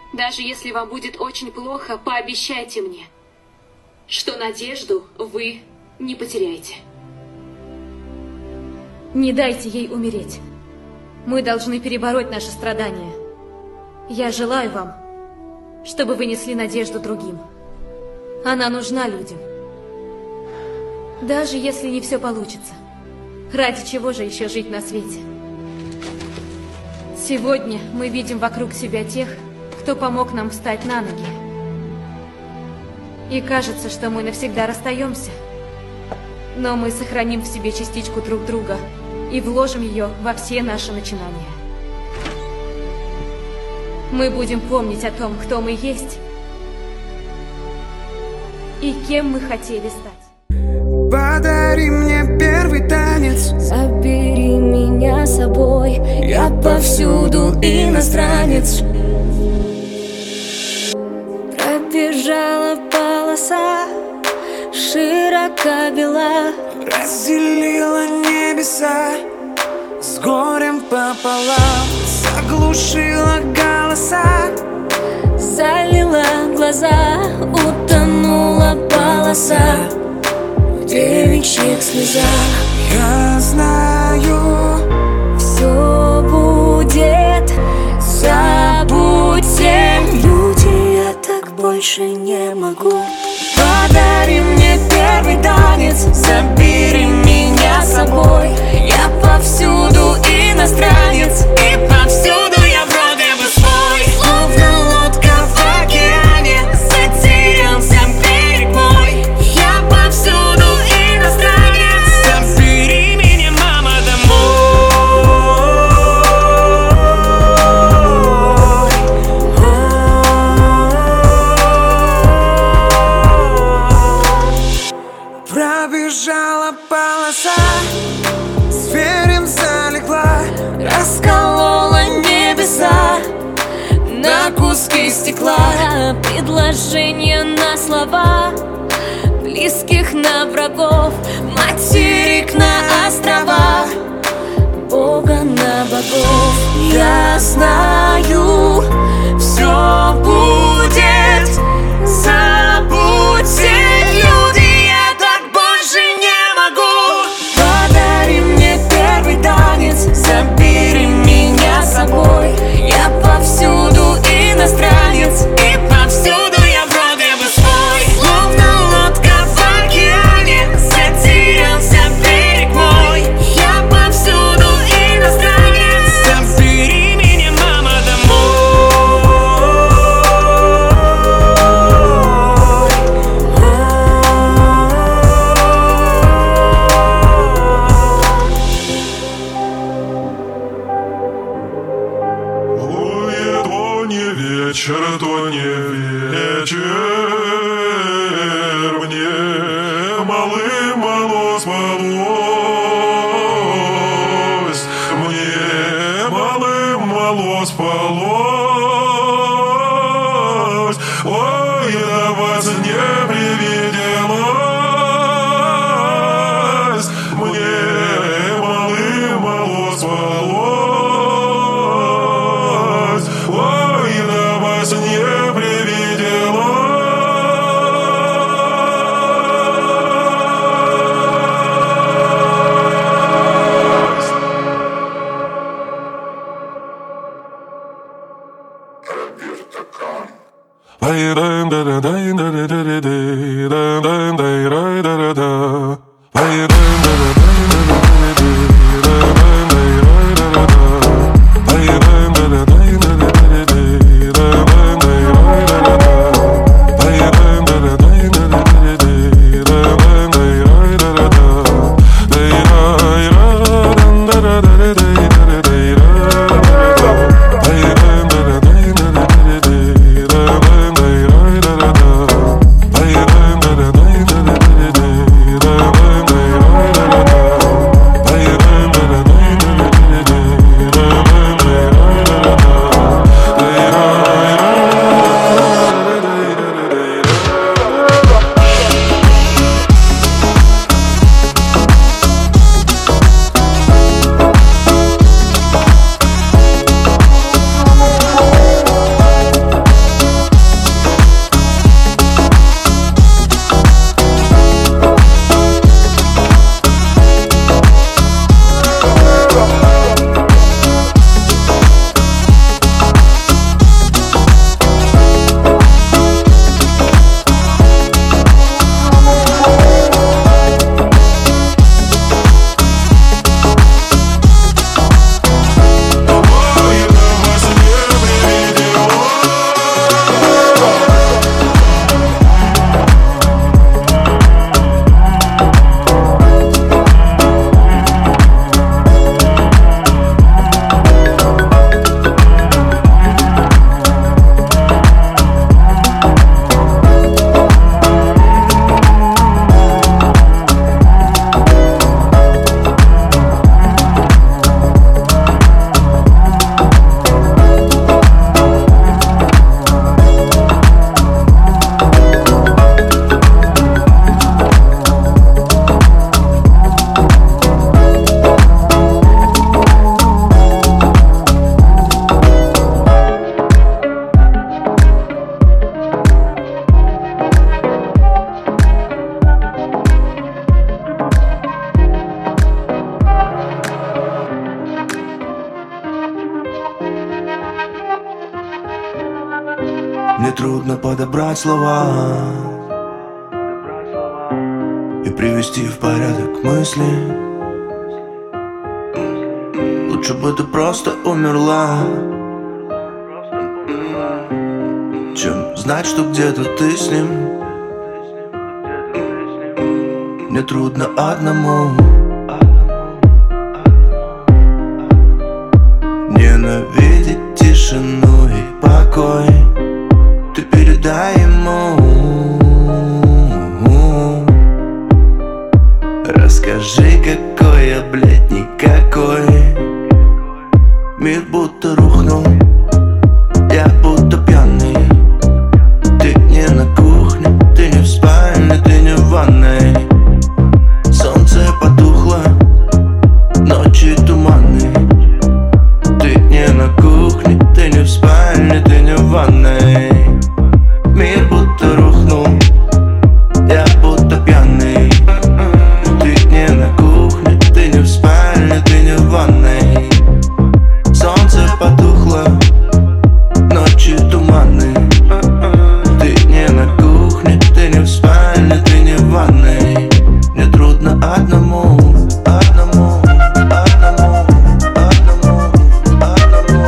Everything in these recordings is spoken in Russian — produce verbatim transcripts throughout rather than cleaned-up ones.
Даже если вам будет очень плохо, пообещайте мне, что надежду вы не потеряете. Не дайте ей умереть. Мы должны перебороть наши страдания. Я желаю вам, чтобы вы несли надежду другим. Она нужна людям. Даже если не все получится. Ради чего же еще жить на свете? Сегодня мы видим вокруг себя тех, кто помог нам встать на ноги. И кажется, что мы навсегда расстаемся. Но мы сохраним в себе частичку друг друга и вложим ее во все наши начинания. Мы будем помнить о том, кто мы есть и кем мы хотели стать. Подари мне первый танец, забери меня с собой, я повсюду иностранец. Пробежала полоса, широко бела, разделила небеса с горем пополам, заглушила голоса, залила глаза, утонула полоса в девичьих слезах. Я знаю, все будет, забудьте, люди, я так больше не могу. Подари мне первый танец, забери меня с собой, я повсюду иностранец, и повсюду я вроде бы свой. Словно лодка в океане, затерялся берег мой, я повсюду иностранец. забери меня, мама, Пробежала полоса, зверем залегла, расколола небеса на куски стекла. Предложения на слова, близких на врагов, материк на острова, Бога на богов. Я знаю, все будет, забудьте, люди, я так больше не могу. Подари мне первый танец, забери меня с собой, я повсюду иностранец, и повсюду я вроде бы свой. Словно лодка в океане, затерялся берег мой, я повсюду иностранец. забери меня, мама, Ой, то не вечер, то не вечер, мне малым-мало спалось, мне малым-мало спалось. Ой, я вас не привиделось, мне малым-мало спалось. Ой, я вас не привиделось. Мне трудно подобрать слова и привести в порядок мысли. Лучше бы ты просто умерла, чем знать, что где-то ты с ним. Мне трудно одному ненавидеть тишину и покой. Ты передай ему, расскажи, какой я, блядь, никакой. Мир будто рухнул, я будто пьяный. Ты не на кухне, ты не в спальне, ты не в ванной. Солнце потухло, ночи туманные. Ты не на кухне, ты не в спальне, ты не в ванной. Мир будто рухнул, я будто пьяный. Ты не на кухне, ты не в спальне, ты не в ванной. Солнце потухло, ночи туманные. Ты не на кухне, ты не в спальне, ты не в ванной. Мне трудно одному, одному, одному, одному, одному,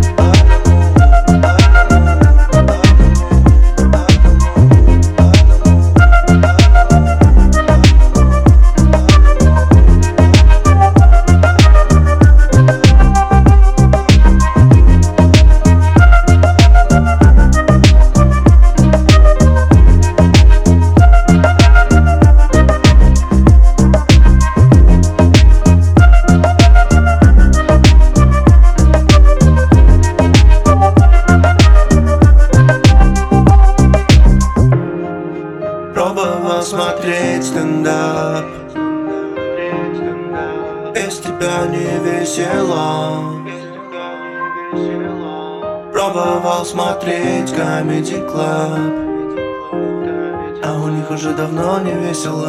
пробовал смотреть стендап, без тебя не весело. Пробовал смотреть Comedy Club, а у них уже давно не весело.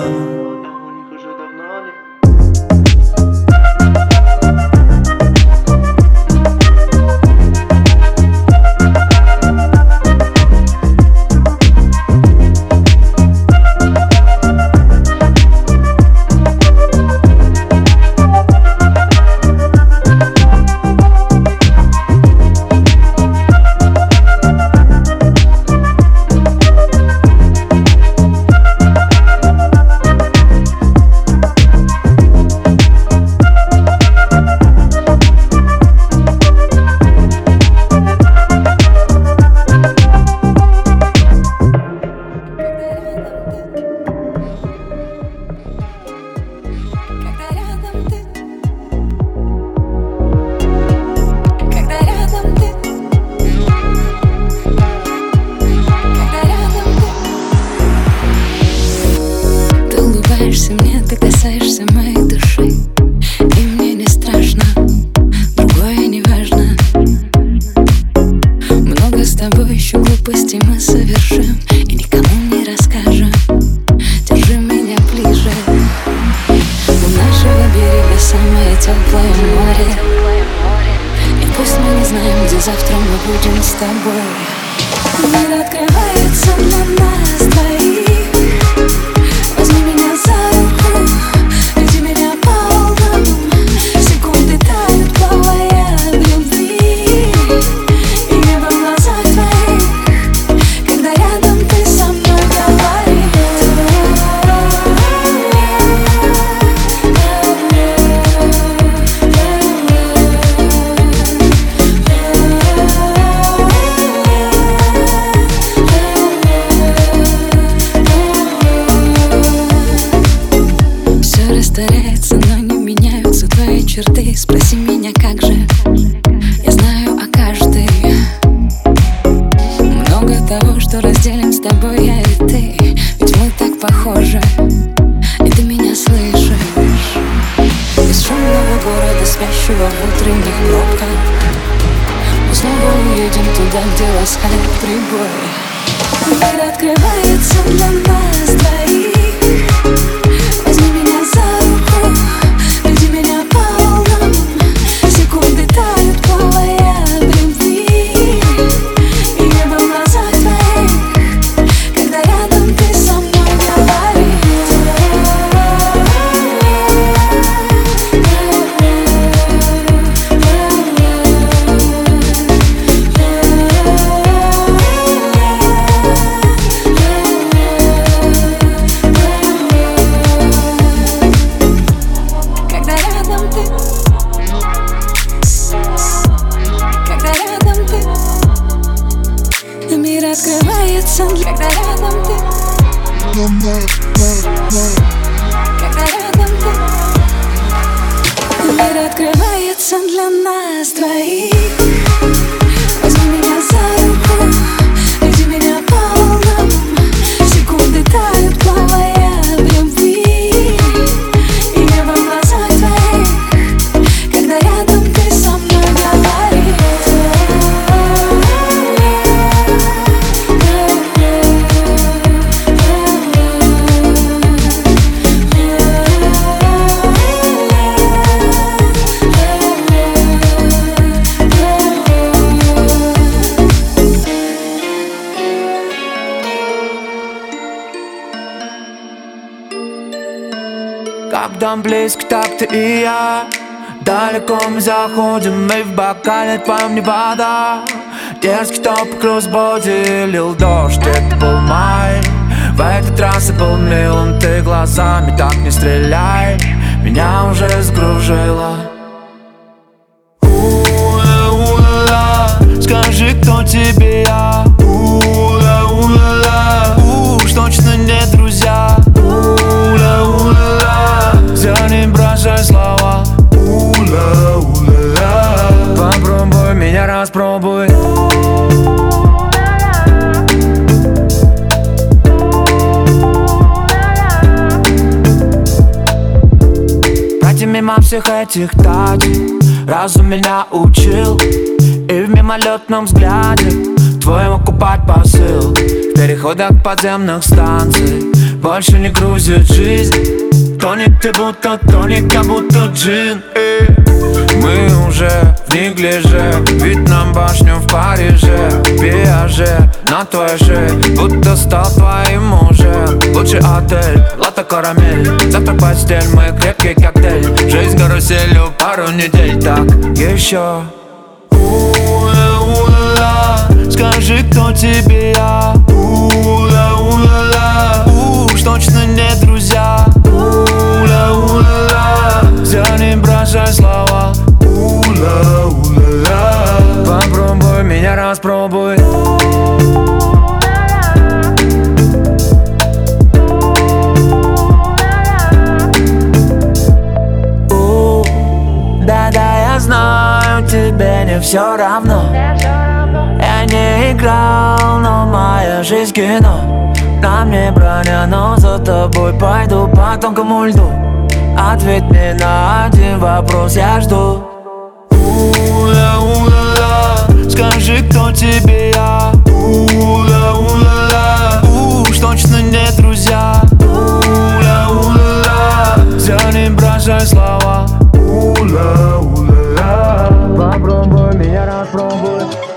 Мне, ты касаешься моей души, и мне не страшно, другое не важно. Много с тобой еще глупостей мы совершим и никому не расскажем. Держи меня ближе. У нашего берега самое теплое море, и пусть мы не знаем, где завтра мы будем с тобой. Мир открывается для нас двоих. Возьми меня за руку, веди меня по волнам. Секунды тают, плавая в любви. И небо в глазах твоих, когда рядом ты со мной говоришь. Растворяется, но не меняются твои черты. Спроси меня, как же, я знаю о каждой. Много того, что разделим с тобой я и ты. Ведь мы так похожи, и ты меня слышишь. Из шумного города, спящего в утренних пробках, мы снова уедем туда, где ласкает прибой. Мир открывается для нас двоих. Возьми меня за руку, веди меня по волнам. Секунды тают, плавая в любви. И небо в глазах твоих. открывается, когда рядом ты. Когда рядом ты. Мир открывается для нас двоих. Возьми меня за руку, веди меня по волнам. Секунды тают, плавая в любви. И небо в глазах твоих, когда рядом ты со мной говоришь. Когда близко, так ты и я. Далеко мы заходим, и в бокале твоем не вода. Дерзкий топик разбудил дождь, это был май. В этот раз я был милым, ты глазами так не стреляй. Меня уже сгружило. У-ла-у-ла, скажи, кто тебе я. У-ла-у-ла, уж точно не друзья. У-ла-у-ла, за ним бросай слова. У-ла-у-ла, попробуй меня, распробуй. Пройти мимо всех этих татей разум меня учил. И в мимолетном взгляде твоем окупать посыл. В переходах подземных станций больше не грузит жизнь. Тоник ты будто тоник, как будто джин. И мы уже в неглиже, вид на башню в Париже. Пиаже на твоей шее, будто стал твоим мужем. Лучший отель, латте карамель, завтра постель, мы крепкий коктейль. Жизнь каруселью пару недель, так еще. У-ла-у-ла, скажи, кто тебе я. У-ла-у-ла, уж точно не друзья. У-ла-у-ла, за ним бросай слова. У-ла-у-ла, попробуй меня, распробуй. Да-да, я знаю, тебе не все равно. Я не играл, но моя жизнь кино. На мне броня, но за тобой пойду по тонкому льду. Ответь мне на один вопрос, я жду. У-ла-у-ла, скажи, кто тебе я. У-ла-у-ла, уж точно не друзья. У-ла-у-ла, за ним бросай слова. У-ла-у-ла, попробуй меня, распробуй.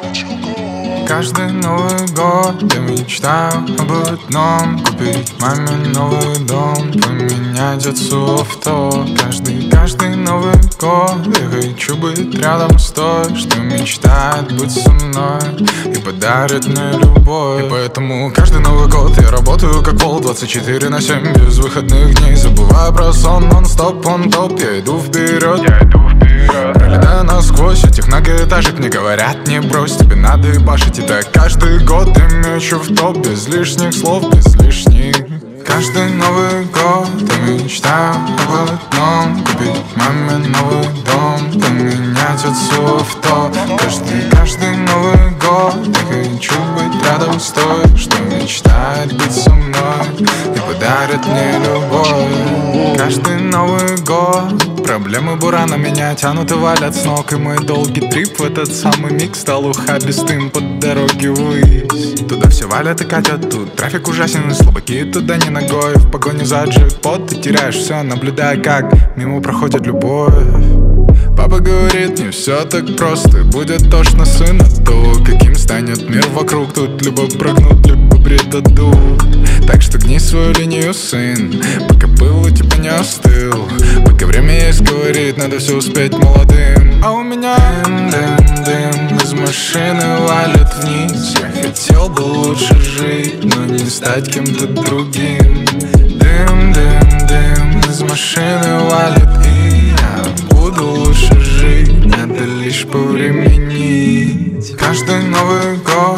Каждый Новый год я мечтаю об одном: купить маме новый дом, поменять отцу авто. Каждый, каждый Новый год я хочу быть рядом с той, что мечтает быть со мной и подарит мне любовь. И поэтому каждый Новый год я работаю как вол двадцать четыре на семь, без выходных дней. Забываю про сон, нон-стоп, он топ, я иду вперед, я иду вперед. Пролетаю насквозь этих многоэтажек, мне говорят, не брось, тебе надо и башить. И так каждый год я мечу в топ, без лишних слов, без лишних. Каждый Новый год я мечтаю об одном: купить маме новый дом, поменять отцу авто. Каждый, каждый Новый год я хочу быть рядом с той, что мечтает быть со мной и подарит мне любовь. Каждый Новый год проблемы бурана меня тянут и валят с ног. И мой долгий трип в этот самый миг стал ухабистым по дороге ввысь. Туда все валят и катят, тут трафик ужасен, и слабаки туда не ногой. В погоне за джекпот ты теряешь все, наблюдая, как мимо проходит любовь. Папа говорит, не все так просто, будет точно сын от того, каким станет мир вокруг. Тут либо прогнут, либо предадут. Так что гни свою линию, сын, пока пыл у тебя не остыл. Пока время есть, говорит, надо все успеть молодым. А у меня дым, дым, дым из машины валит вниз. Я хотел бы лучше жить, но не стать кем-то другим. Дым, дым, дым из машины валит, и я буду лучше жить, надо лишь повременить. Каждый Новый год я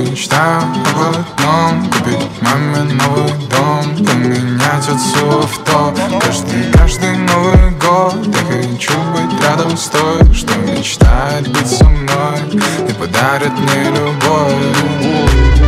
мечтаю об одном: купить маме новый дом, поменять отцу авто. Каждый, каждый Новый год я хочу быть рядом с той, что мечтает быть со мной и подарит мне любовь.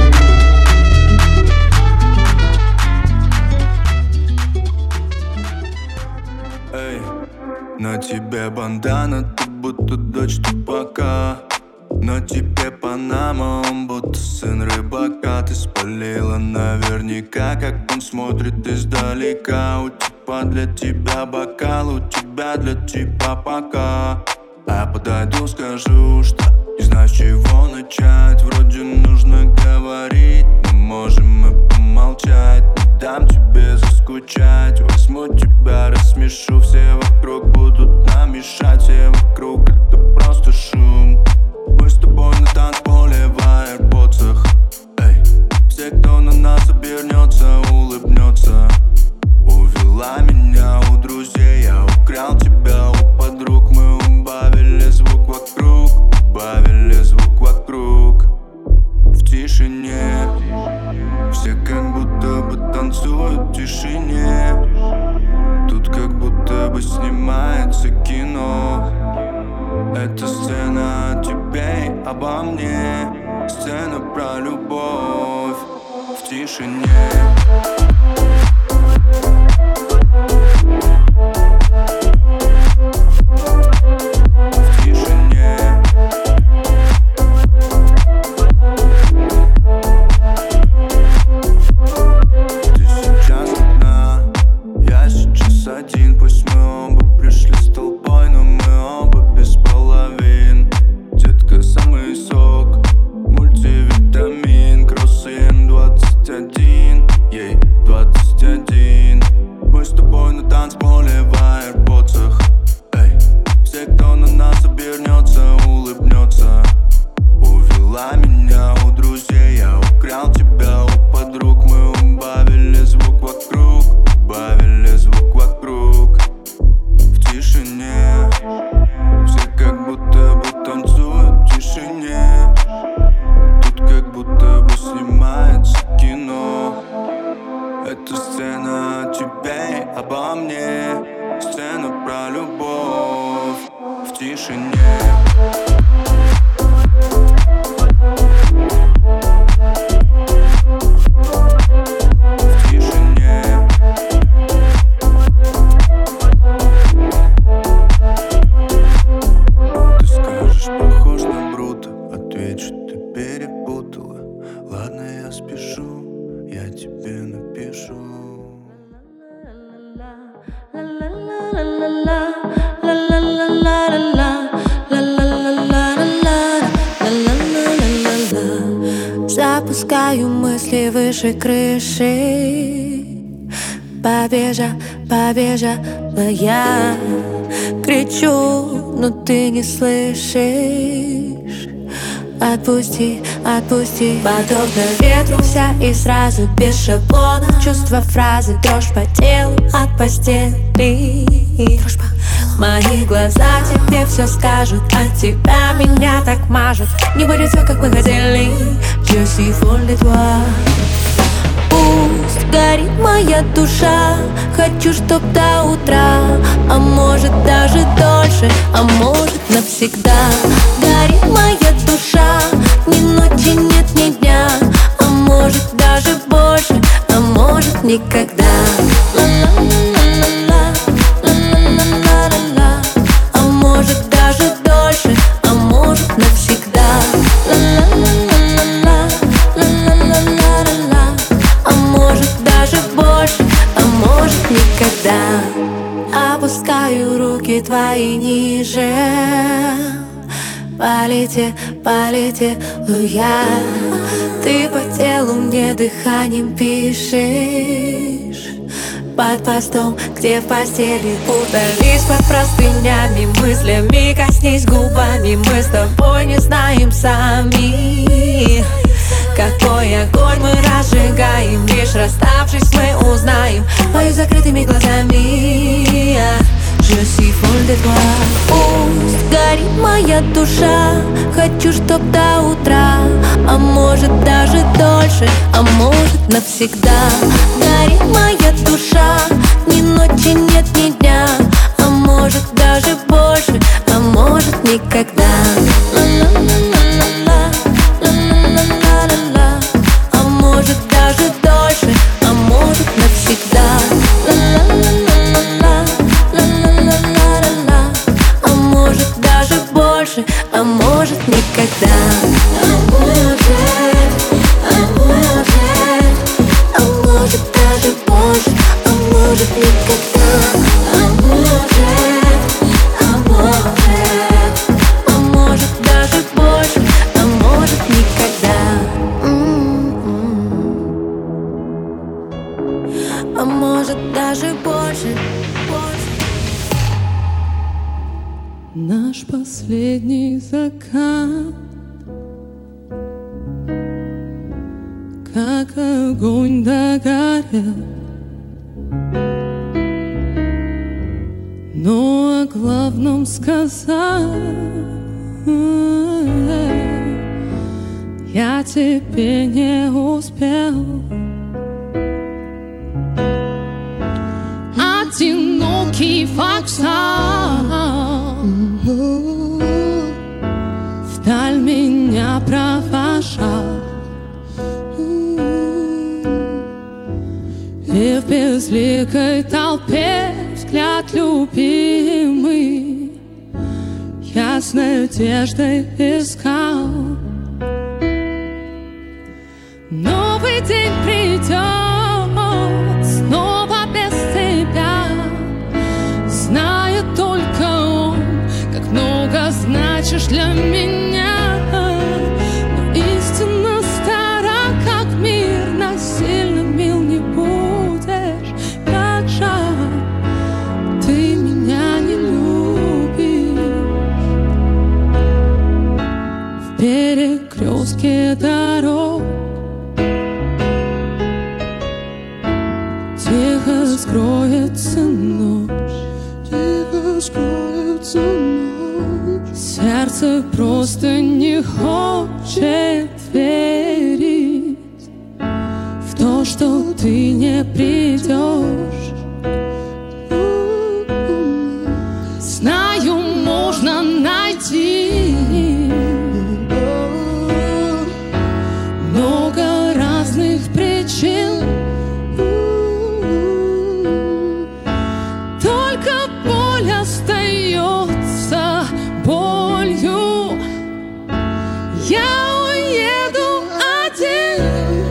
На тебе бандана, ты будто дочь тупака. На тебе Панама, он будто сын рыбака. Ты спалила наверняка, как он смотрит издалека. У типа для тебя бокал, у тебя для типа пока. А подойду, скажу, что не знаю, с чего начать. Вроде нужно говорить, но можем мы помолчать. Не дам тебе заскучать, возьму тебя, рассмешу. Все вокруг будут нам мешать, все вокруг это просто шум. Мы с тобой на танцполе в аирподсах. Эй, все, кто на нас обернется, улыбнется. Увела меня у друзей, я украл тебя у подруг. Мы убавили звук вокруг, убавили звук вокруг. В тишине все как будто бы танцуют в тишине. Тут как будто бы снимается кино. Это сцена о тебе и обо мне, сцена про любовь в тишине. Один, пусть мы оба пришли с толпой, но мы оба без половин. Детка, самый сок, мультивитамин, кроссин двадцать один, ей двадцать один. Мы с тобой на танцполе в аирподсах. Эй, все, кто на нас обернется, улыбнется. Увела меня у друзей, я украл тебя у подруг. Мы убавили звук вокруг, убавили звук вокруг. В тишине все как будто бы танцуют в тишине. Тут как будто бы снимается кино. Это сцена о тебе и обо мне, сцена про любовь в тишине. Запускаю мысли выше крыши. Побежа, побежала я. Кричу, но ты не слышишь. Отпусти, отпусти. Подобно ветру вся и сразу без шаблона. Чувства фразы, дрожь по телу от постели. Дрожь по... Мои глаза тебе все скажут, от тебя меня так мажут. Не будет все, как мы хотели. Je suis folle de toi. Пусть горит моя душа, хочу, чтоб до утра, а может даже дольше, а может навсегда. Горит моя душа, ни ночи нет, ни дня, а может даже больше, а может никогда. А может даже дольше, а может навсегда. А может даже больше, а может никогда. Опускаю руки твои ниже. Полетела, полетела я. Ты по телу мне дыханием пишешь. Под постом, где в постели. Удались под простынями, мыслями коснись губами. Мы с тобой не знаем сами, какой огонь мы разжигаем. Лишь расставшись мы узнаем. Мою закрытыми глазами Je suis folle de toi. Пусть горит моя душа, хочу, чтоб до утра, а может даже дольше, а может навсегда. Горит моя душа, ни ночи нет, ни дня, а может даже больше, а может никогда. Ла-ла-ла-ла-ла, ла-ла-ла-ла-ла, а может даже дольше, а может навсегда. Ла-ла-ла-ла-ла, ла-ла-ла-ла-ла, а может даже больше, а может никогда. А может, а может, а может даже больше, а может никогда. А может, а может, а может даже больше, а может никогда. А может даже больше, больше. Наш последний закат, как огонь догорел, но о главном сказать я тебе не успел. Одинокий вокзал вдаль меня провожал, и в безликой толпе взгляд любимый я с надеждой искал. Новый день придет снова без тебя, знает только он, как много значишь для меня. Но истина стара, как мир, насильно мил не будешь. Как жаль, ты меня не любишь. В перекрестке дорог тихо скроется ночь, тихо скроется ночь. Сердце просто не хочет верить в то, что ты не придешь. Знаю, можно найти много разных причин, только боль остается болью. Я уеду один.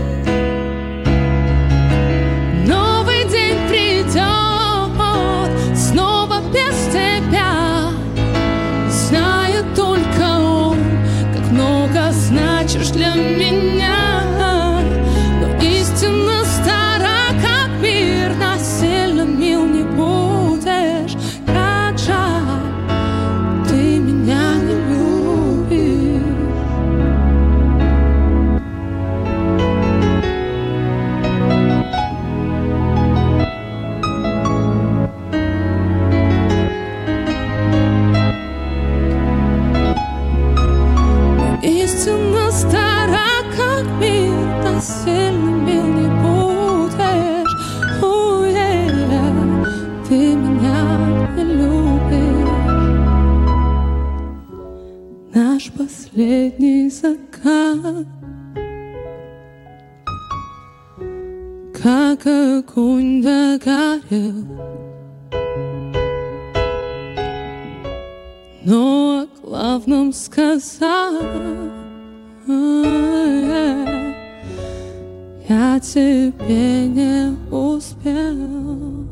Новый день придет снова без тебя, знает только он, как много значишь для меня. Но истина стара, как мир, насильно мил не будешь. Как жаль, ты меня не любишь. Истина стара, как мир, насильно мил не будешь. Oh, yeah. Ты меня не любишь. Наш последний закат, как огонь догорел, но о главном сказать я тебе не успел.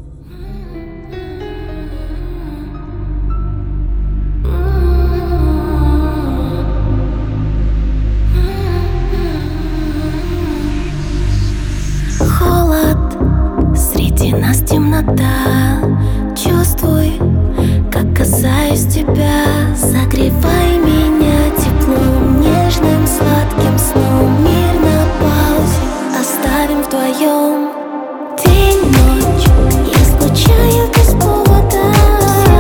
Холод, среди нас темнота. Чувствуй, как касаюсь тебя. Согревай меня теплом, нежным сладким сном. Мир на паузе оставим вдвоем. День, ночь, я скучаю без повода.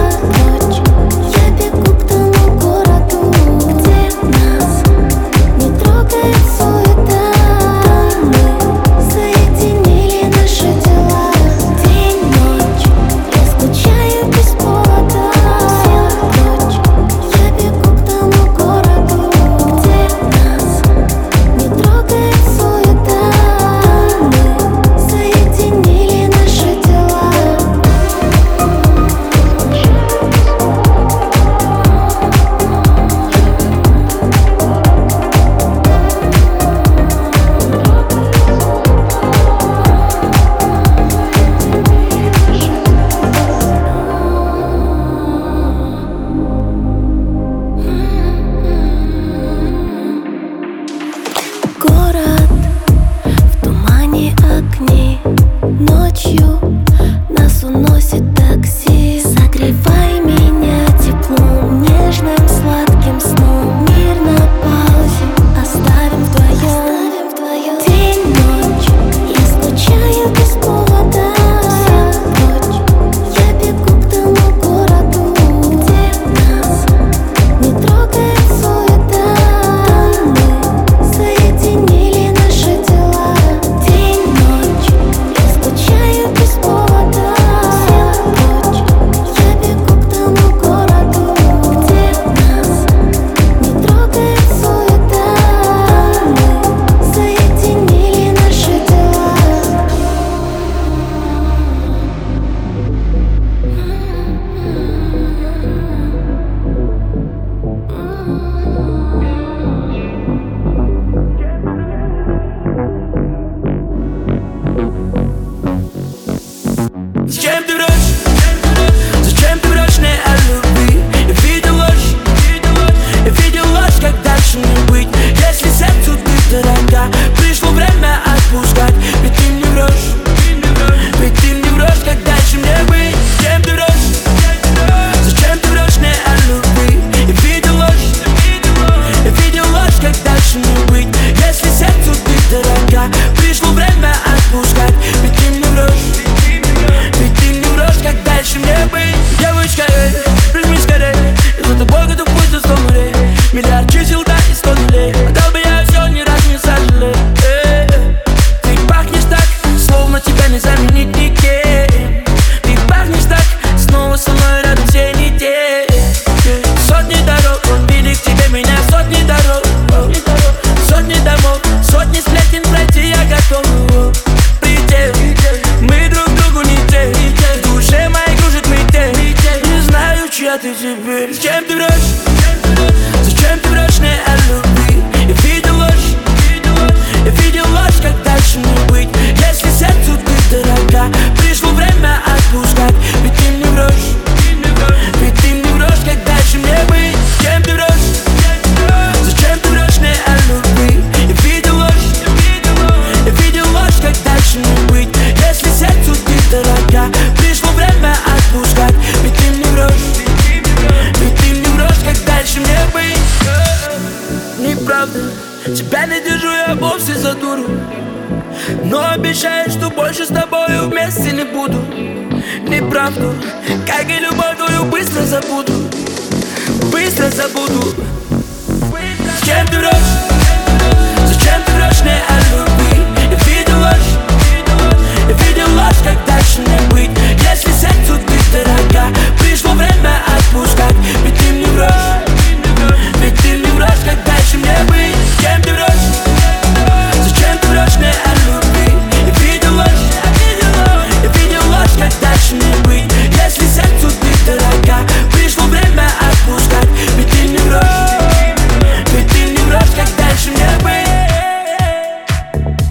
отпускать. Ведь ты мне врешь, ведь ты мне врешь, как дальше мне быть. Девочка, эй, прижми скорей, я за тобой готов пусть до сто морей. Миллиард чисел, да и сто нулей. Отдал бы я все, ни разу не сожалею. Ты пахнешь так, словно тебя не заменить никем. Ты пахнешь так, снова со мной рядом всей недели. Сотни дорог, он велик, тебе меня сотни дорог. Сотни домов, сотни сплетен пройти я готов. Предел, мы друг другу не те. В душе моей кружит метель. Не знаю, чья ты теперь. Зачем ты врешь? Зачем ты врешь мне о любви? Я видел ложь, я видел ложь, как дальше мне быть. Если сердцу ты дорога, пришло время отпускать. Ведь ты мне врешь, ведь ты мне врешь, как дальше мне быть. Зачем ты врешь? Зачем ты врешь мне о любви? Я видел ложь, я видел ложь, как дальше мне быть. Если сердцу ты дорога, пришло время отпускать. Ведь ты мне врешь, ведь ты мне врешь, как дальше мне быть. Неправда, тебя не держу я вовсе за дуру, но обещаю, что больше с тобою вместе не буду. Неправду, как и любовь твою быстро забуду, быстро забуду. Зачем ты врешь? Зачем ты врешь мне о любви? Я видел ложь, я видел ложь, как дальше мне быть. Если сердцу ты дорога, пришло время отпускать. Ведь ты мне врешь, ведь ты мне врешь, как дальше мне быть. Зачем ты врешь? Зачем ты врешь мне о любви? Я видел ложь, я видел ложь, как дальше мне быть. Если сердцу ты дорога, пришло время отпускать. Ведь ты мне врешь, ведь ты мне врешь, как дальше мне быть.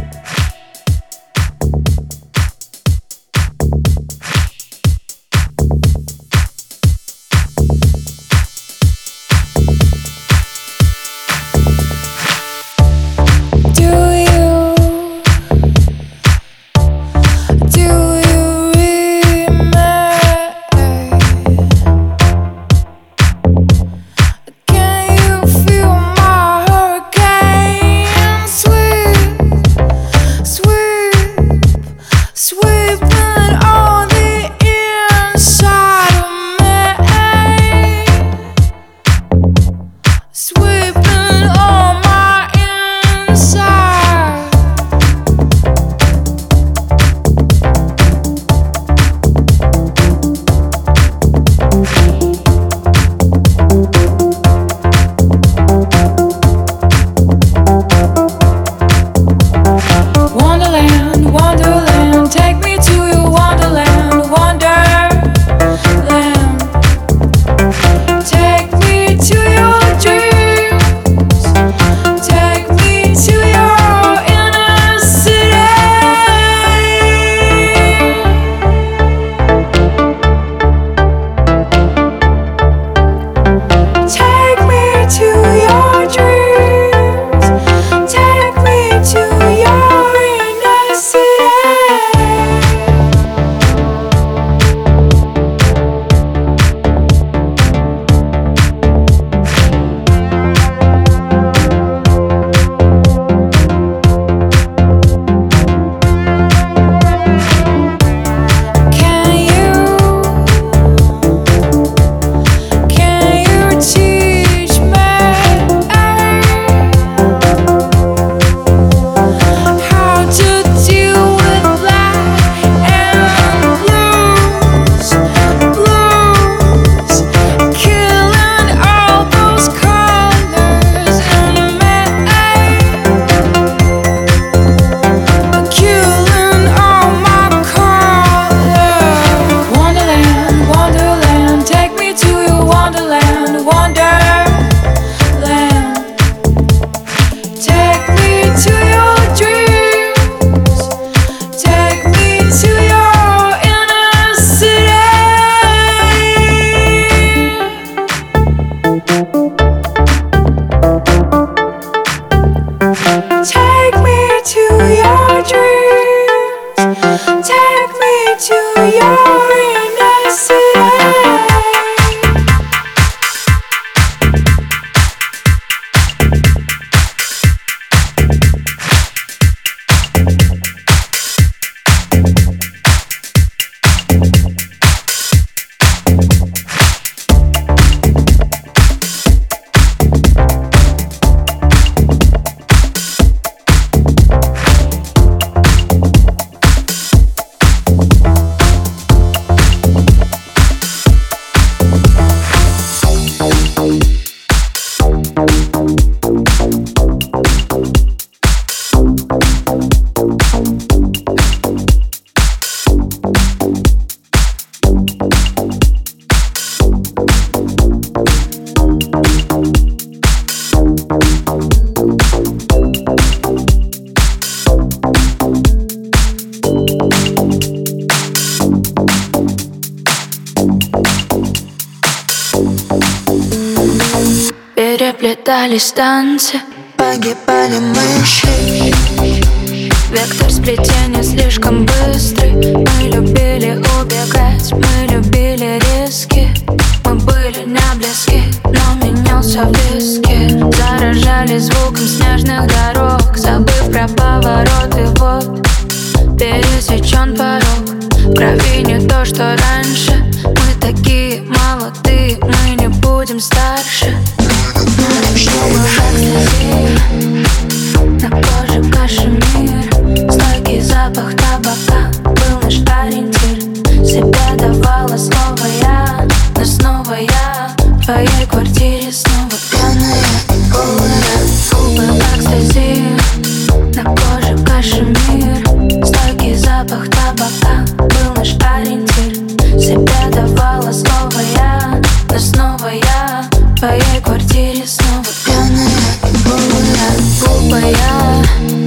Расплетались танцы, погибали мыши. Вектор сплетения слишком быстрый. Мы любили убегать, мы любили риски. Мы были не близки, но менялся виски. Заражали звуком снежных дорог, забыв про повороты, вот пересечен порог. В крови не то, что раньше. Мы такие молодые, мы не будем старше. Чтобы в экстази, на коже кашемир, стойкий запах табака был наш ориентир. Себя давала слово я, но снова я в твоей квартире снова пьяная и голая. Губы в экстази, на коже кашемир, стойкий запах табака был наш ориентир. Себя давала слово я, но снова я в твоей квартире снова пьяная и голая. Глупая,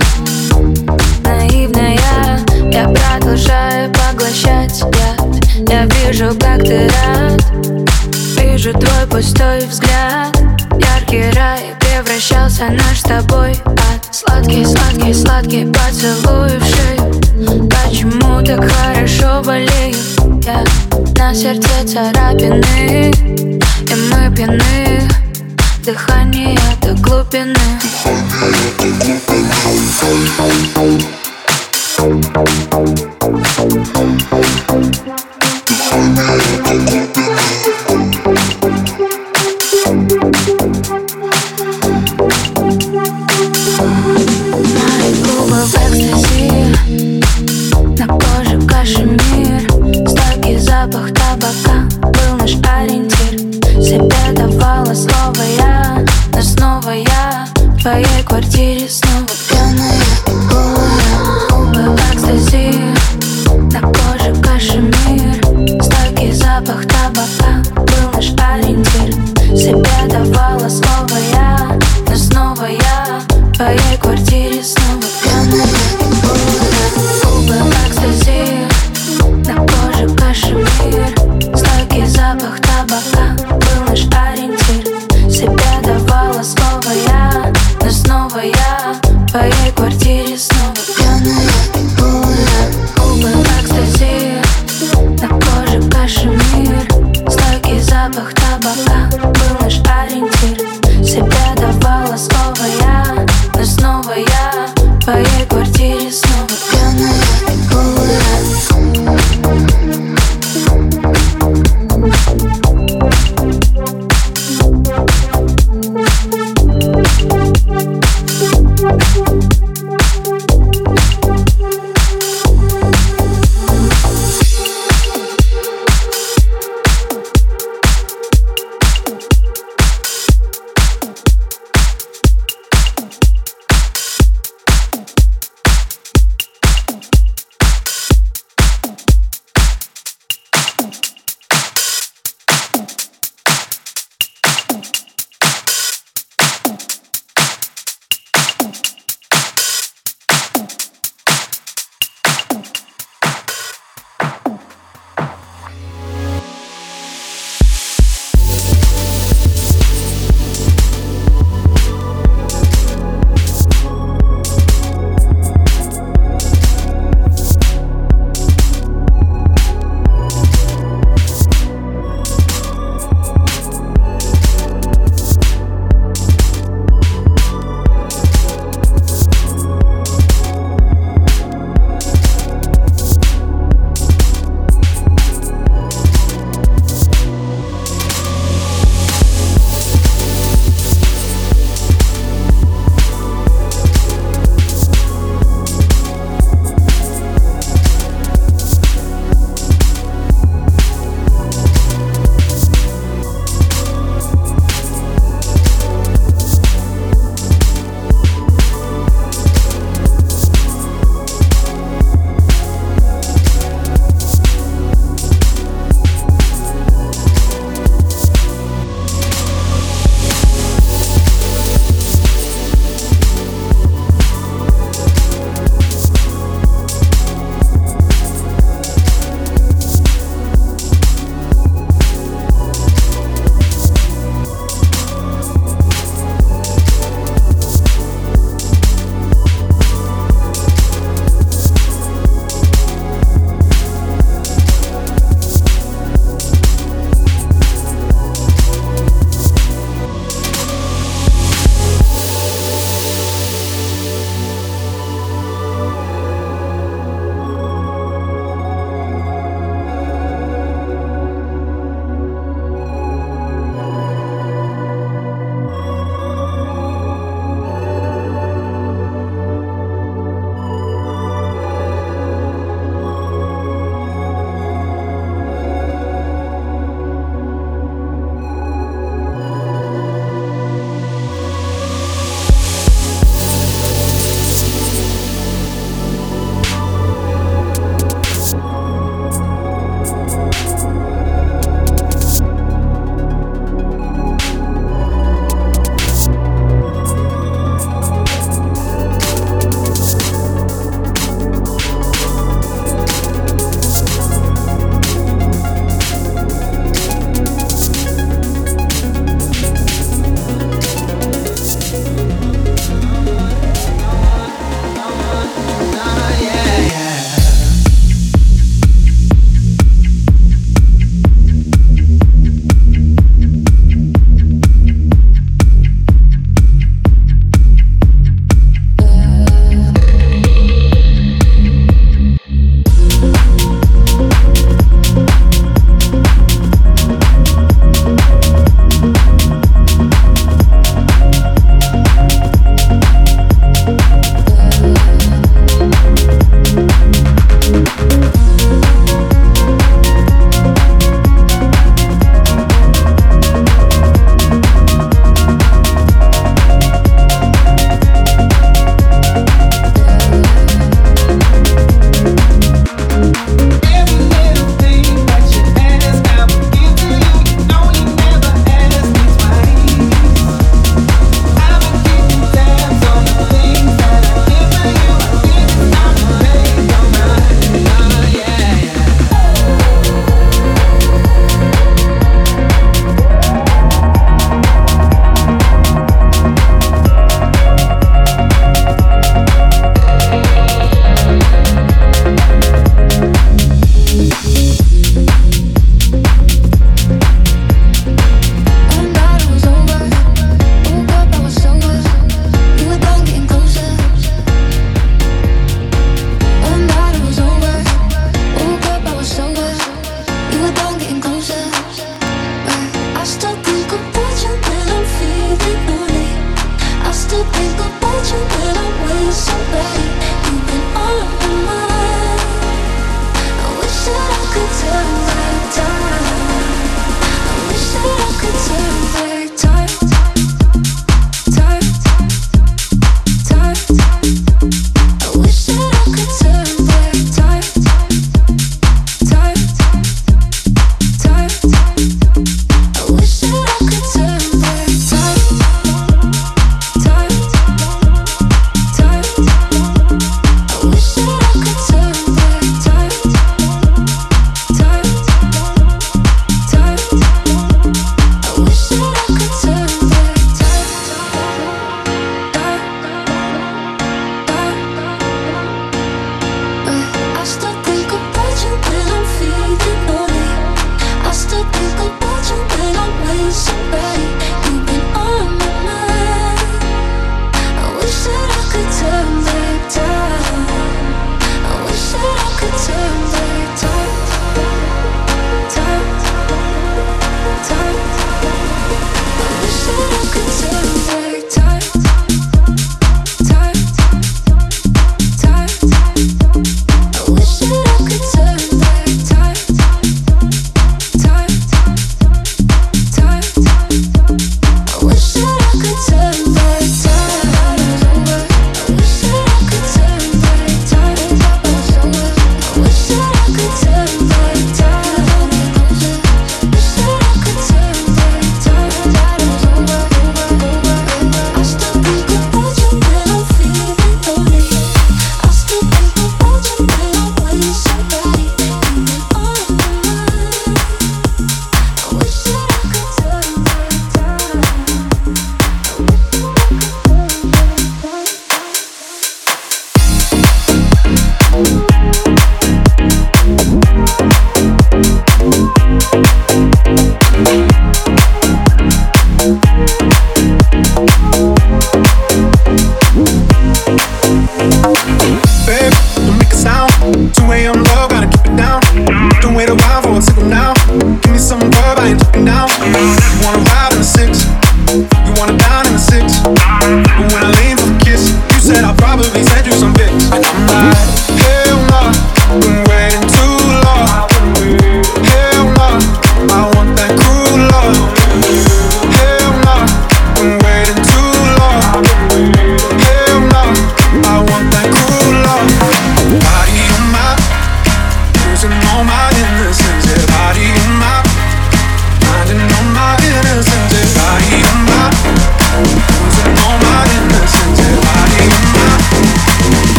наивная, я продолжаю поглощать яд. Я вижу, как ты рад, вижу твой пустой взгляд. Яркий рай превращался наш с тобой ад. Сладкий, сладкий, сладкий поцелуй в шею. Почему так хорошо болею я? На сердце царапины, и мы пьяны. Дыхание до глубины. Мои губы в экстази, на коже кашемир, стойкий запах табака был наш ориентир. Себя давала слово я, но снова я в твоей квартире снова пьяная и голая. Губы в экстази, на коже кашемир, стойкий запах табака был наш ориентир. Себя давала слово я, но снова я в твоей квартире снова пьяная и голая. Губы в экстази, на коже кашемир, стойкий запах табака был наш ориентир. Себя давала слово я, но снова я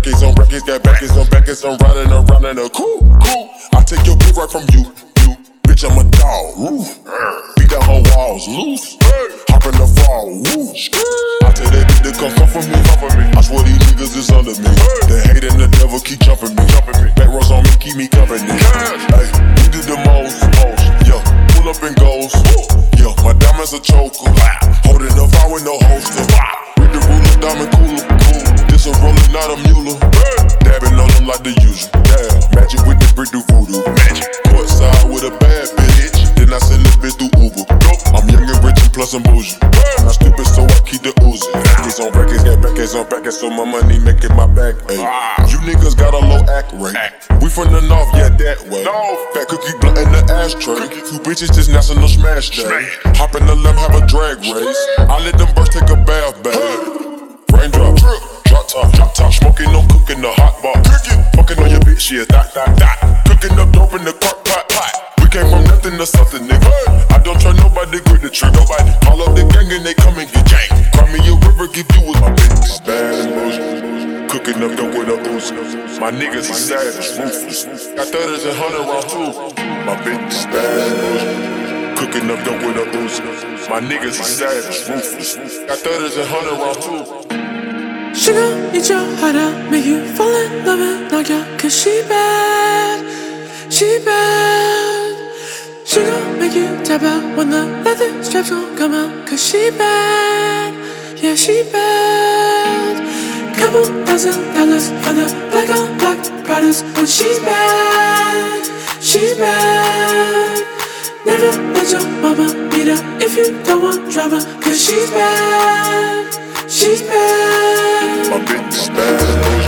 records on records, got backers on backers, I'm riding around in a coupe, coupe. I take your bitch right from you, you. Bitch, I'm a dog, woo. Beat down her walls, loose. Hop in the fall, woo. I tell that bitch to come come for me, come for me. I swear these niggas is under me. The hate and the devil keep jumping me, jumping me. Back rows on me, keep me company. Hey, we did the most, most, yeah. Pull up and goes, yeah. My diamonds a choker, holding up, I with no holster. With the ruler, diamond cooler, cool. This a roller, not a mule. Dabbing on them like the usual. Yeah, magic with the brick do voodoo. Magic. Side with a bad bitch, then I send this bitch through Uber. I'm young and rich and plus I'm bougie. I'm not stupid, so I keep the Uzi. Records on records, got backers on backers, so my money making my back. Ay. You niggas got a low act rate. We from the north, yeah, that way. Fat cookie blunt in the ashtray. Two bitches just national smash day. Hop in the limb, have a drag race. I let them birds take a bath, babe. Raindrop, drop top, drop top, smoking, no cooking the hot bar. Fucking on your bitch, yeah, dot, dot, dot. Cooking up dope in the crock pot. We came from nothing to something, nigga. I don't try nobody, grip the trigger. Nobody call up the gang and they come and get gang. Cry me a river, give you with my bitch. Bad and bullshit. Cooking up dope with a Uzi. My niggas is savage, ruthless. Got thudders and hundred rounds too. My bitch is bad and bullshit. Cooking up dope with a Uzi. My niggas is savage, ruthless. Got thudders and hundred rounds too. She gon' eat your heart out, make you fall in love and knock out. Cause she bad, she bad. She gon' make you tap out when the leather straps gon' come out. Cause she bad, yeah she bad. Couple thousand dollars on the black on black products. When she's bad, she's bad. Never let your mama beat her if you don't want drama. Cause she's bad, she's bad. My bitch is bad.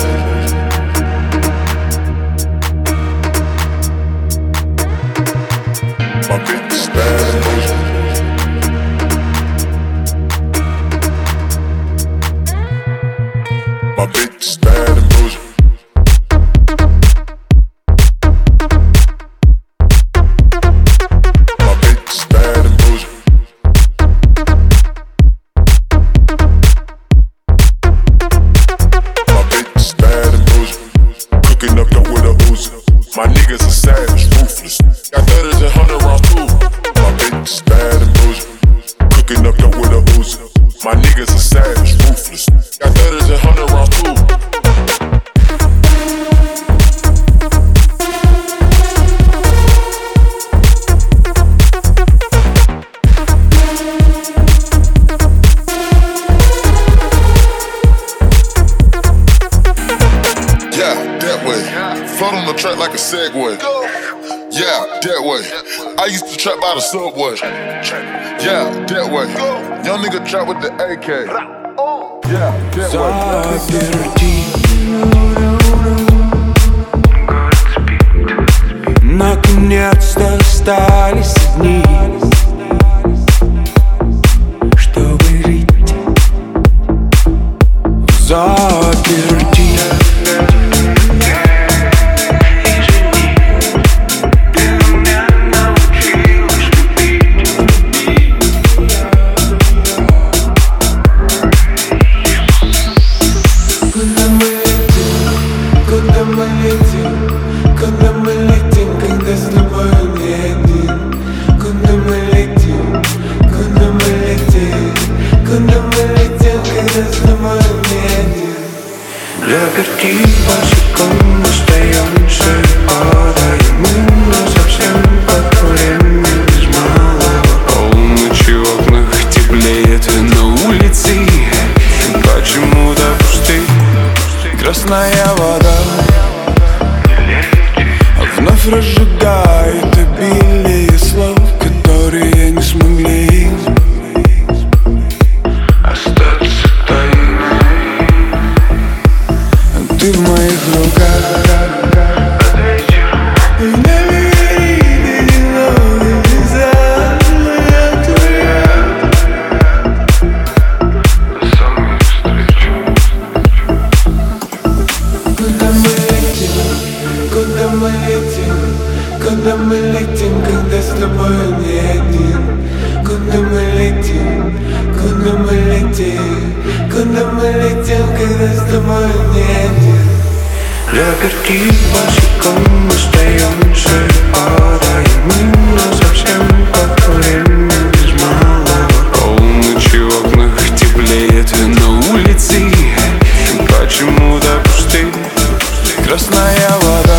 My bitch is bad. My bitch is bad and bullshit. My bitch is bad and bullshit. My niggas are savage, ruthless. Got thudders and hundred rounds too. My bitch is bad and bullshit. Cooking up dope with a Uzi. My niggas are savage, ruthless. Got thudders and hundred rounds too. Yeah, that way. Float on the track like a Segway. Yeah, that way. I used to trap by the subway. Yeah, that way. Young nigga trap with the A K. Yeah, that way. Наконец-то остались одни, чтобы жить взаперти. Заперти по секунду остаемся, падаем мы, но совсем под время без малого. Полночи в окнах теплеет на улице, почему-то пусты. Красная вода вновь разжигает обилие слов, которые не смогли остаться тайной. Ты в моих руках. И не бери, ты немного беззад, моя твоя. До самой встречи. Куда мы летим, куда мы летим, куда мы летим, когда с тобой не один. Куда мы летим, куда мы летим, куда мы летим, когда с тобой не один. Заперти босиком остаемся, падаем именно совсем как время без малого. Полночи в окнах теплеет, на улице почему-то пусты. Красная вода.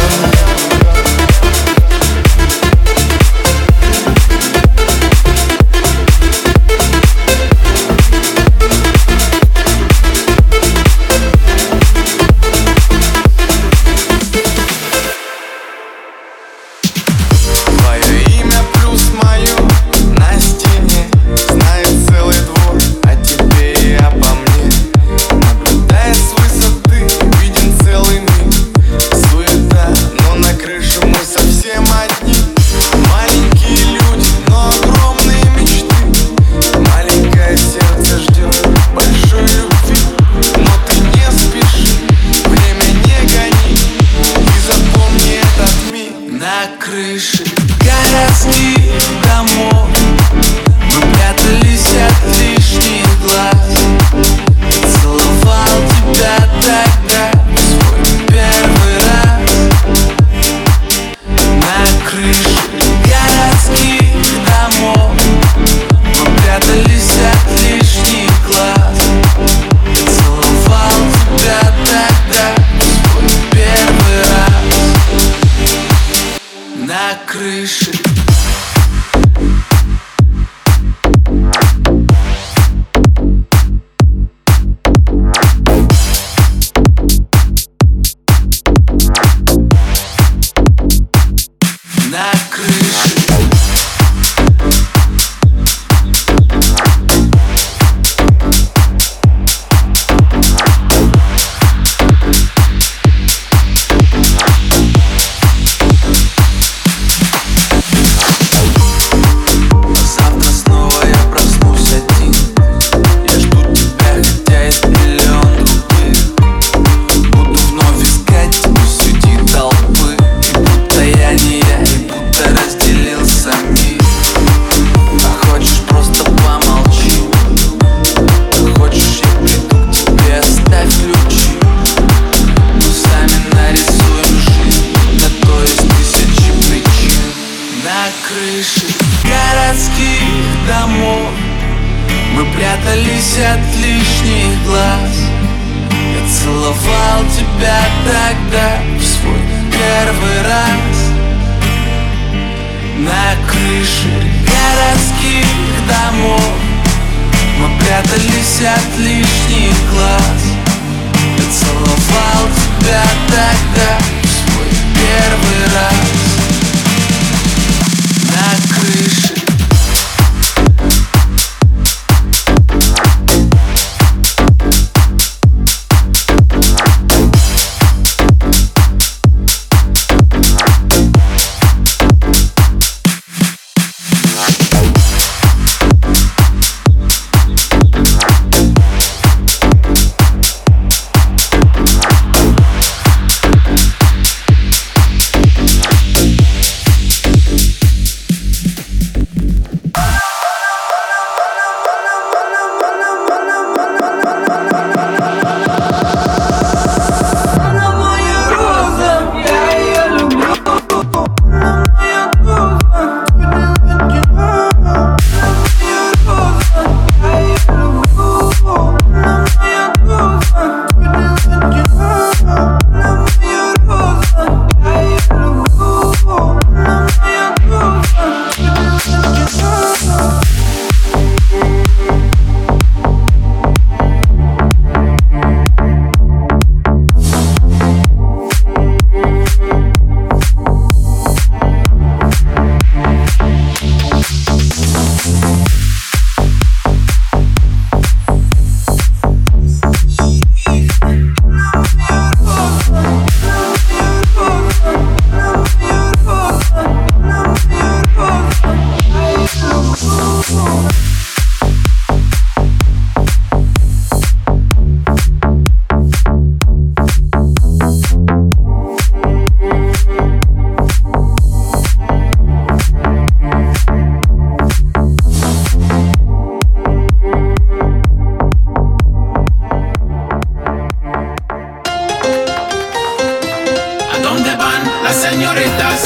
señoritas.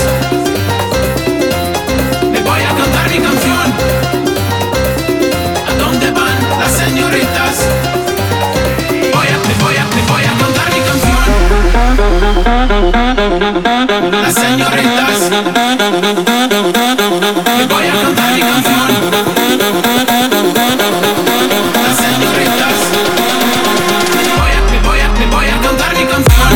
Me voy a cantar mi canción. ¿A dónde van las señoritas? Voy a, me voy a, me voy a cantar mi canción. Las señoritas. Me voy a cantar mi canción. Las señoritas. Me voy a, me voy a, me voy a cantar mi canción.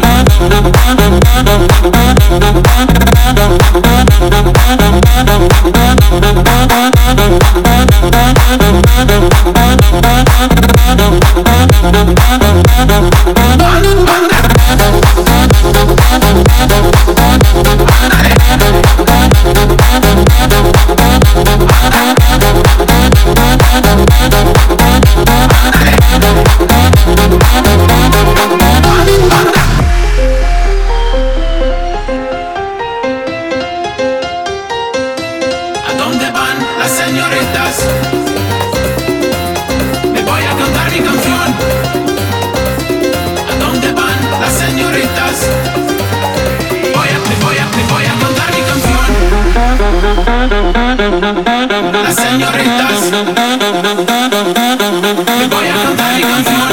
¿A dónde van las señoritas? Me voy a cantar mi canción. ¿A dónde van las señoritas? Voy a, me voy a, me voy a cantar mi canción. Las señoritas. Me voy a cantar mi canción.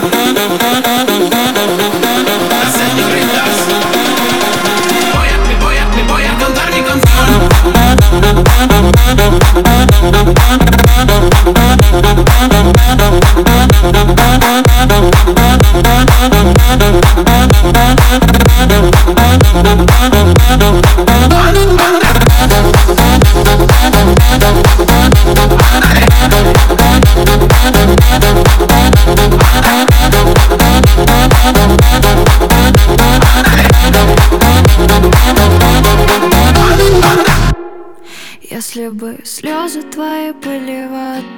Las señoritas. Voy a, me voy a, me voy a cantar mi canción. Если бы слезы твои были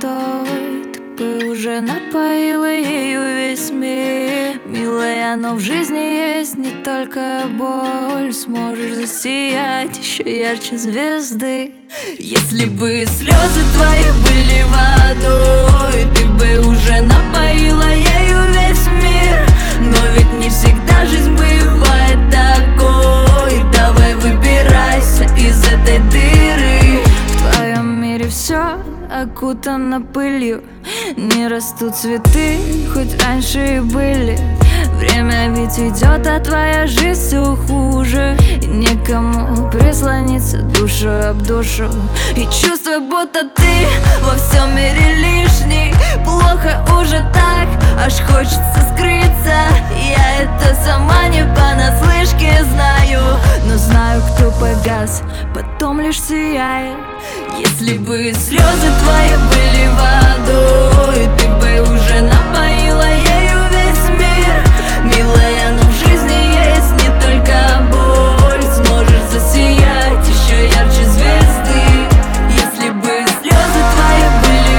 водой, ты бы уже напоила ею весь мир. Милая, но в жизни есть не только боль. Сможешь засиять еще ярче звезды. Если бы слезы твои были водой, ты бы уже напоила ею весь мир. Но ведь не всегда жизнь бывает такой. Давай выбирайся из этой дыры. В твоем мире все окутано пылью. Не растут цветы, хоть раньше и были. Время ведь идет, а твоя жизнь все хуже. И некому прислониться душу об душу. И чувство, будто ты во всем мире лишний. Плохо уже так, аж хочется скрыться. Я это сама не понаслышке знаю. Но знаю, кто погас, потом лишь сияет. Если бы слезы твои были водой, ты бы уже напоила ею весь мир. Милая, но в жизни есть не только боль. Сможешь засиять еще ярче звезды. Если бы слезы твои были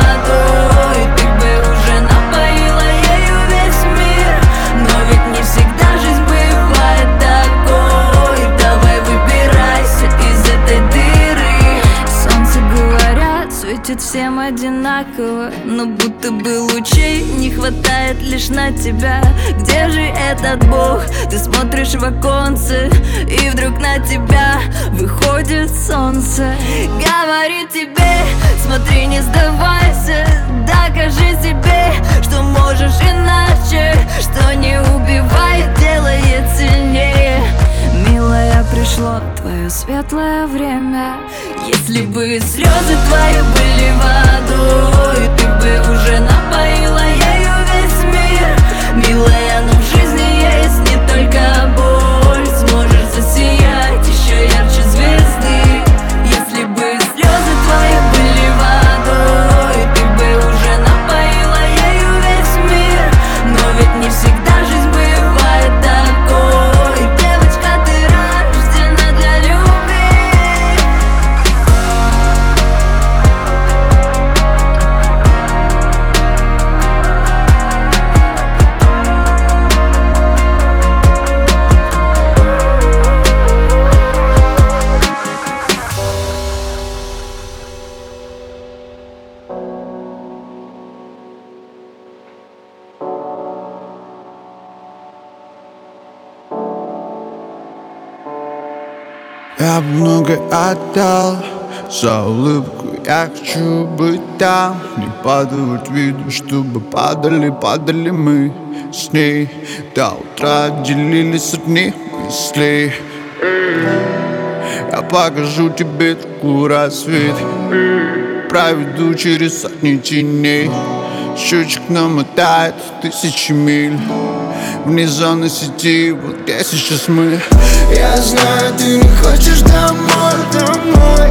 водой, ты бы уже напоила ею весь мир. Но ведь не всегда жизнь бывает такой. Давай выбирайся из этой дыры. Солнце, говорят, светит всем одинаково, но будто бы лучей не хватает лишь на тебя. Где же этот Бог? Ты смотришь в оконце, и вдруг на тебя выходит солнце. Говорит тебе, смотри, не сдавайся. Докажи себе, что можешь иначе. Что не убивает, делает сильнее. Милая, пришло твое светлое время. Если бы слезы твои были водой, ты бы уже напоила ею весь мир. Милая, но в жизни есть не только боль. Сможешь засиять еще ярче звезды. Если бы слезы твои были водой, ты бы уже напоила ею весь мир. Но ведь не всегда жизнь бывает такой. Девочка, ты рождена для любви. Я много отдал за улыбку, я хочу быть там. Не падают виду, чтобы падали, падали мы с ней. До утра делились одни мысли. Я покажу тебе такой рассвет, проведу через сотни теней. Счетчик намотает тысячи миль вне зоны сети, вот где сейчас мы. Я знаю, ты не хочешь домой, домой.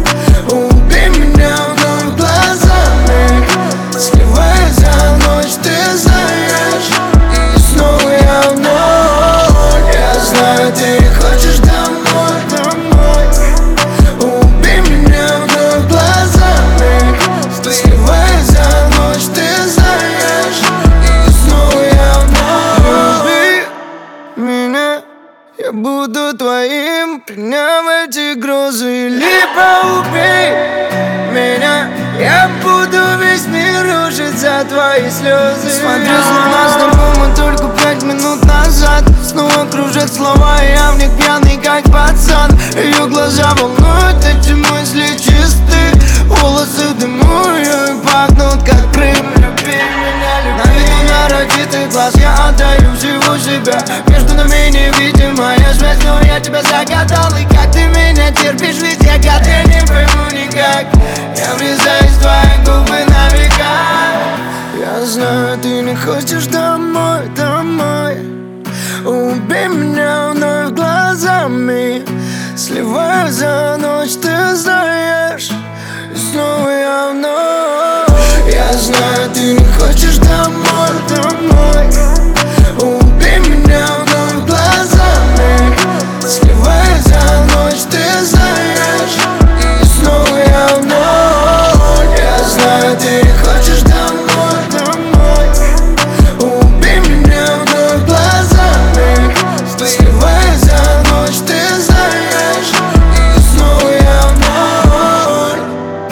Убей меня вновь глазами, сливая за ночь, ты знаешь. И снова я в ноль. Я знаю, ты не хочешь домой, домой. Убей меня вновь глазами, сливая за ночь, ты знаешь. И снова я в ноль. Люби меня, я буду твоим, приняв эти грозы. Либо убей меня, я буду весь мир рушить за твои слезы. Смотрю, словно знакомы только пять минут назад. Снова кружат слова, и я в них пьяный, как пацан. Ее глаза волнуют, эти мысли чисты. Волосы в дыму, ее и пахнут, как Крым. Люби меня, люби. На виду нарочитых глаз я отдаю всего себя. Между нами невидимая связь, но я тебя загадал. И как ты меня терпишь, ведь я гад, я не пойму никак. Я врезаюсь в твои губы на века. Я знаю, ты не хочешь домой, домой. Убей меня вновь глазами, сливая за ночь, ты знаешь. И снова я вновь. Я знаю, ты не хочешь домой, домой. Убей меня вновь глазами, сливая за ночь, ты знаешь. И снова я вновь. Я знаю, ты не хочешь домой, домой. Убей меня вновь глазами, сливая за ночь, ты знаешь. И снова я вновь.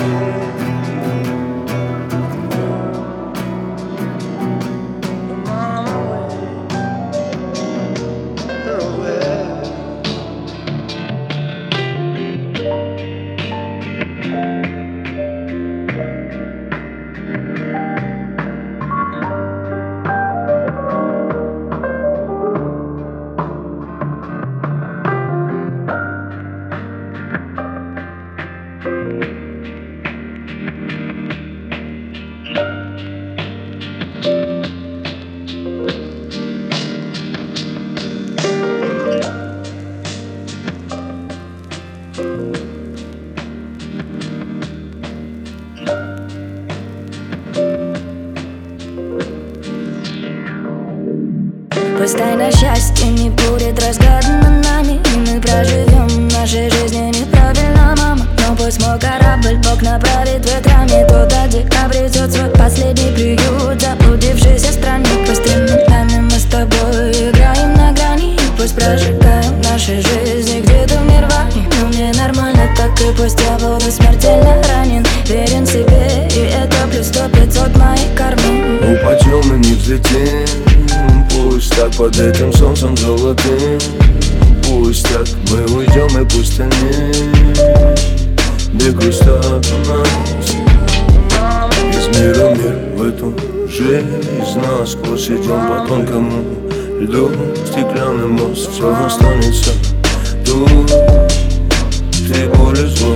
Пусть тайна счастья не будет разгадана нами, и мы проживем нашей жизни неправильно, мама. Но пусть мой корабль Бог направит ветрами туда, где обретет свой последний приют, заблудившийся странник. Пусть временами мы с тобой играем на грани, и пусть прожигаем наши жизни где-то в нирване. Но мне нормально так, и пусть я буду смертельно ранен. Верен себе, и это плюс сто пятьсот моих карман. Упадем и не взлетим, пусть так под этим солнцем золотым. Пусть так мы уйдем, и пусть они бегут от нас. Из мира в мир в эту жизнь насквозь идем по тонкому льду. Стеклянный мост, все останется тут. Ты более злой.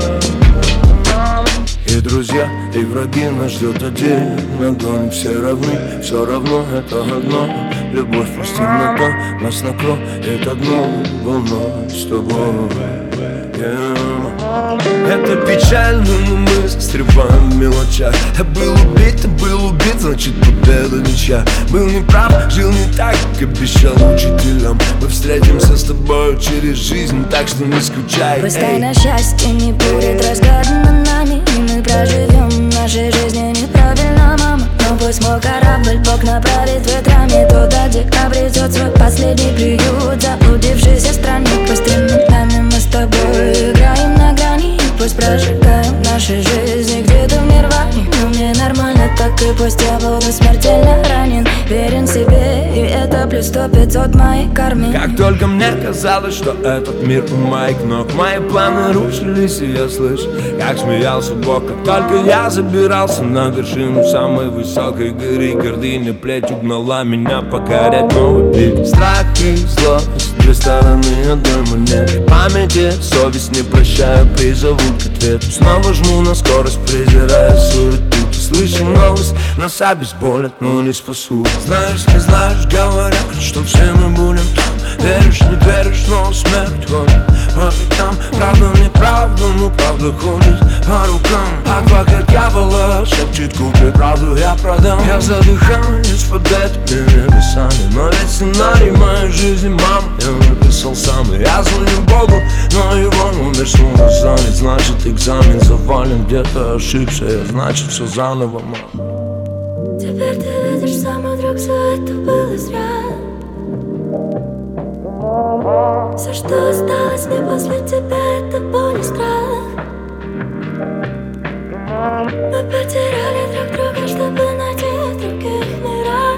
И друзья, и враги нас ждет один огонь. Все равны, все равно это одно. Любовь пусть темнота нас накроет одну волной с тобой. Yeah. Это печально, но мы застреваем в мелочах. Я был убит, ты был убит, значит победа ничья. Был неправ, жил не так, как обещал учителям. Мы встретимся с тобой через жизнь, так что не скучай. Пусть тайна счастья не будет разгадана нами, и мы проживем нашей жизни неправильно, мама. Но пусть мой корабль Бог направит ветрами туда, где обретет свой последний приют, заблудившийся странник. Пусть временами мы с тобой играем на грани, и пусть прожигаем наши жизни где-то в нирване. Но мне нормально так, и пусть я буду смертельно ранен. Верен себе, себе, и это плюс сто пятьсот моей карме. Как только мне казалось, что этот мир у моих ног, мои планы рушились, и я слышу, как смеялся Бог. Как только я забирался на вершину самой высокой горы, гордыня плетью гнала меня покорять новый пик. Страх и злость, две стороны одной монеты. Памяти совесть не прощаю, призову к ответу. Снова жму на скорость, презирая суету. Слышу новость, нас обезболят, но не спасут. Знаешь, не знаешь, говорят, что все мы будем там. Веришь, не веришь, но смерть ходит по пятам. Правда, неправда, но правда ходит по рукам. Адвокат дьявола шепчет, купи правду, я продам. Я задыхаюсь под этими небесами, но ведь сценарий моей жизни, мам, я написал сам. И я звоню Богу, но его номер снова занят. Значит, экзамен завален, где-то ошибся, я, значит, все заново, мам. Теперь ты видишь сам, мой друг, все это было зря. Все, что осталось мне после тебя, это боль и страх. Мы потеряли друг друга, чтобы найти в других мирах.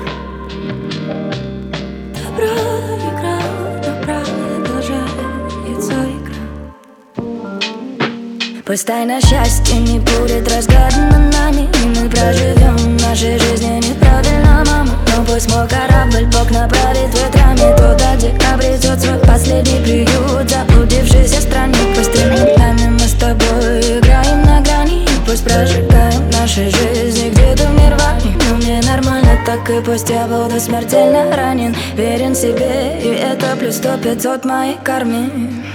Добро играл, но продолжается игра. Пусть тайна счастья не будет разгадана нами, и мы проживем наши жизни неправильно, мама. Но пусть мой корабль Бог направит ветрами туда, где обретет свой последний приют. Заблудившийся странник, пусть временами мы с тобой играем на грани. И пусть прожигаем наши жизни где-то в нирване. Но мне нормально так, и пусть я буду смертельно ранен. Верен себе, и это плюс сто пятьсот моей карме.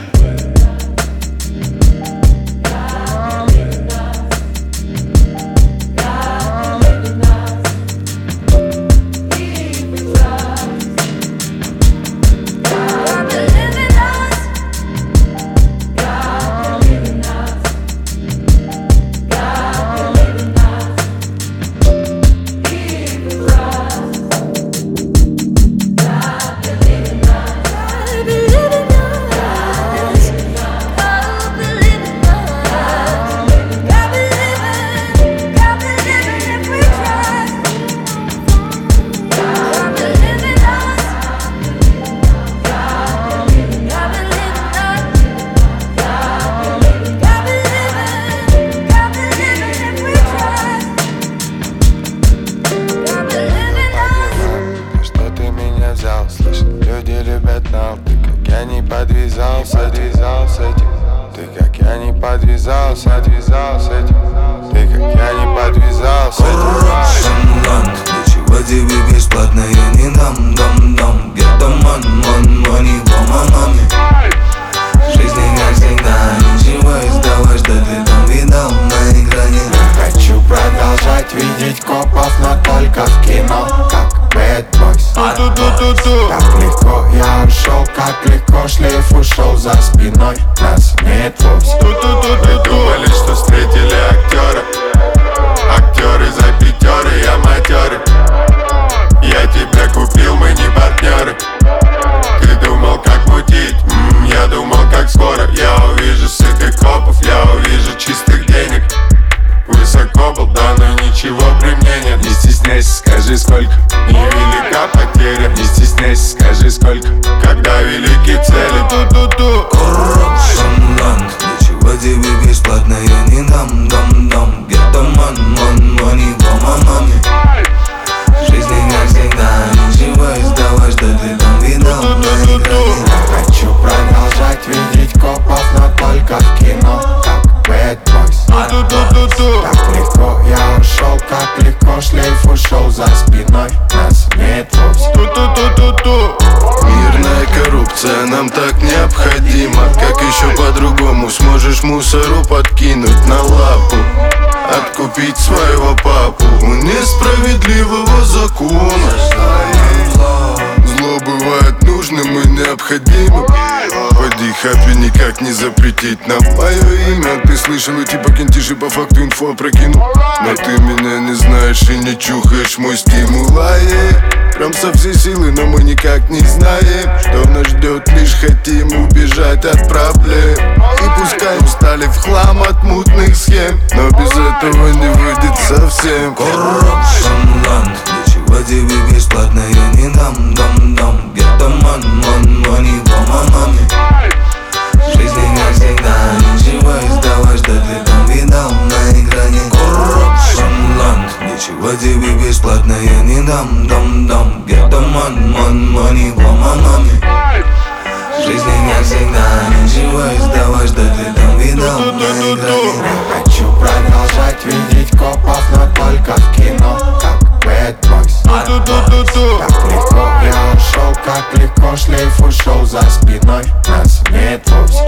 Мусору подкинуть на лапу, откупить своего папу у несправедливого закона. Зло бывает нужным и необходимым. Поди хэппи никак не запретить нам мое имя. Ты слышал эти пакентиши, по факту инфо опрокинул. Но ты меня не знаешь и не чухаешь мой стимул. Прям со всей силы, но мы никак не знаем, что нас ждет, лишь хотим убежать от проблем. И пускай устали в хлам от мутных схем, но без этого не выйдет совсем. Corruption land, Ничего тебе бесплатно я не дам, дам, дам. Get the money, money, money, дома маме. В жизни как всегда, ничего издавай, что ты там видал на экране. Corruption land. Ничего тебе бесплатно я не дам, дам, дам. Get the money, money, money, дома маме. В жизни как всегда, ничего издавай, что ты там видал на экране. Я хочу продолжать видеть копов, но только в кино, как Bad Boys. Как легко я ушел, как легко шлейф ушел за спиной. Нас нет вовсе.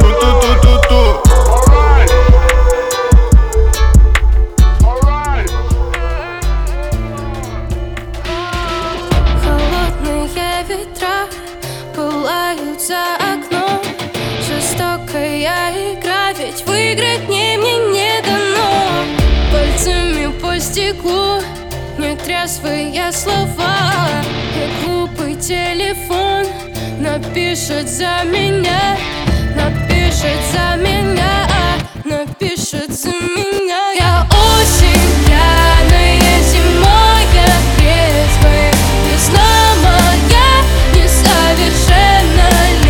Холодные ветра пылают за окном. Жестокая игра, ведь выиграть не мне не дано. Пальцами по стеклу нетрезвые слова, и глупый телефон напишет за меня, напишет за меня, напишет за меня. Я осень, пьяная зимой, я трезвая, весна моя несовершеннолетняя.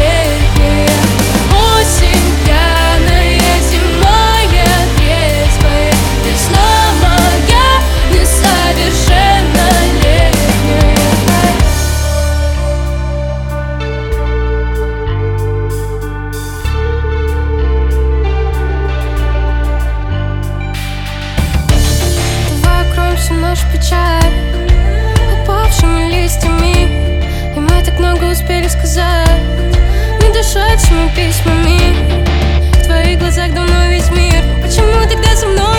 Осень, пьяная зимой, я трезвая, весна моя несовершеннолетняя. Вокруг всю ночь печаль, упавшими листьями, и мы так много успели сказать недошедшими письмами. В твоих глазах давно весь мир, но почему тогда со мной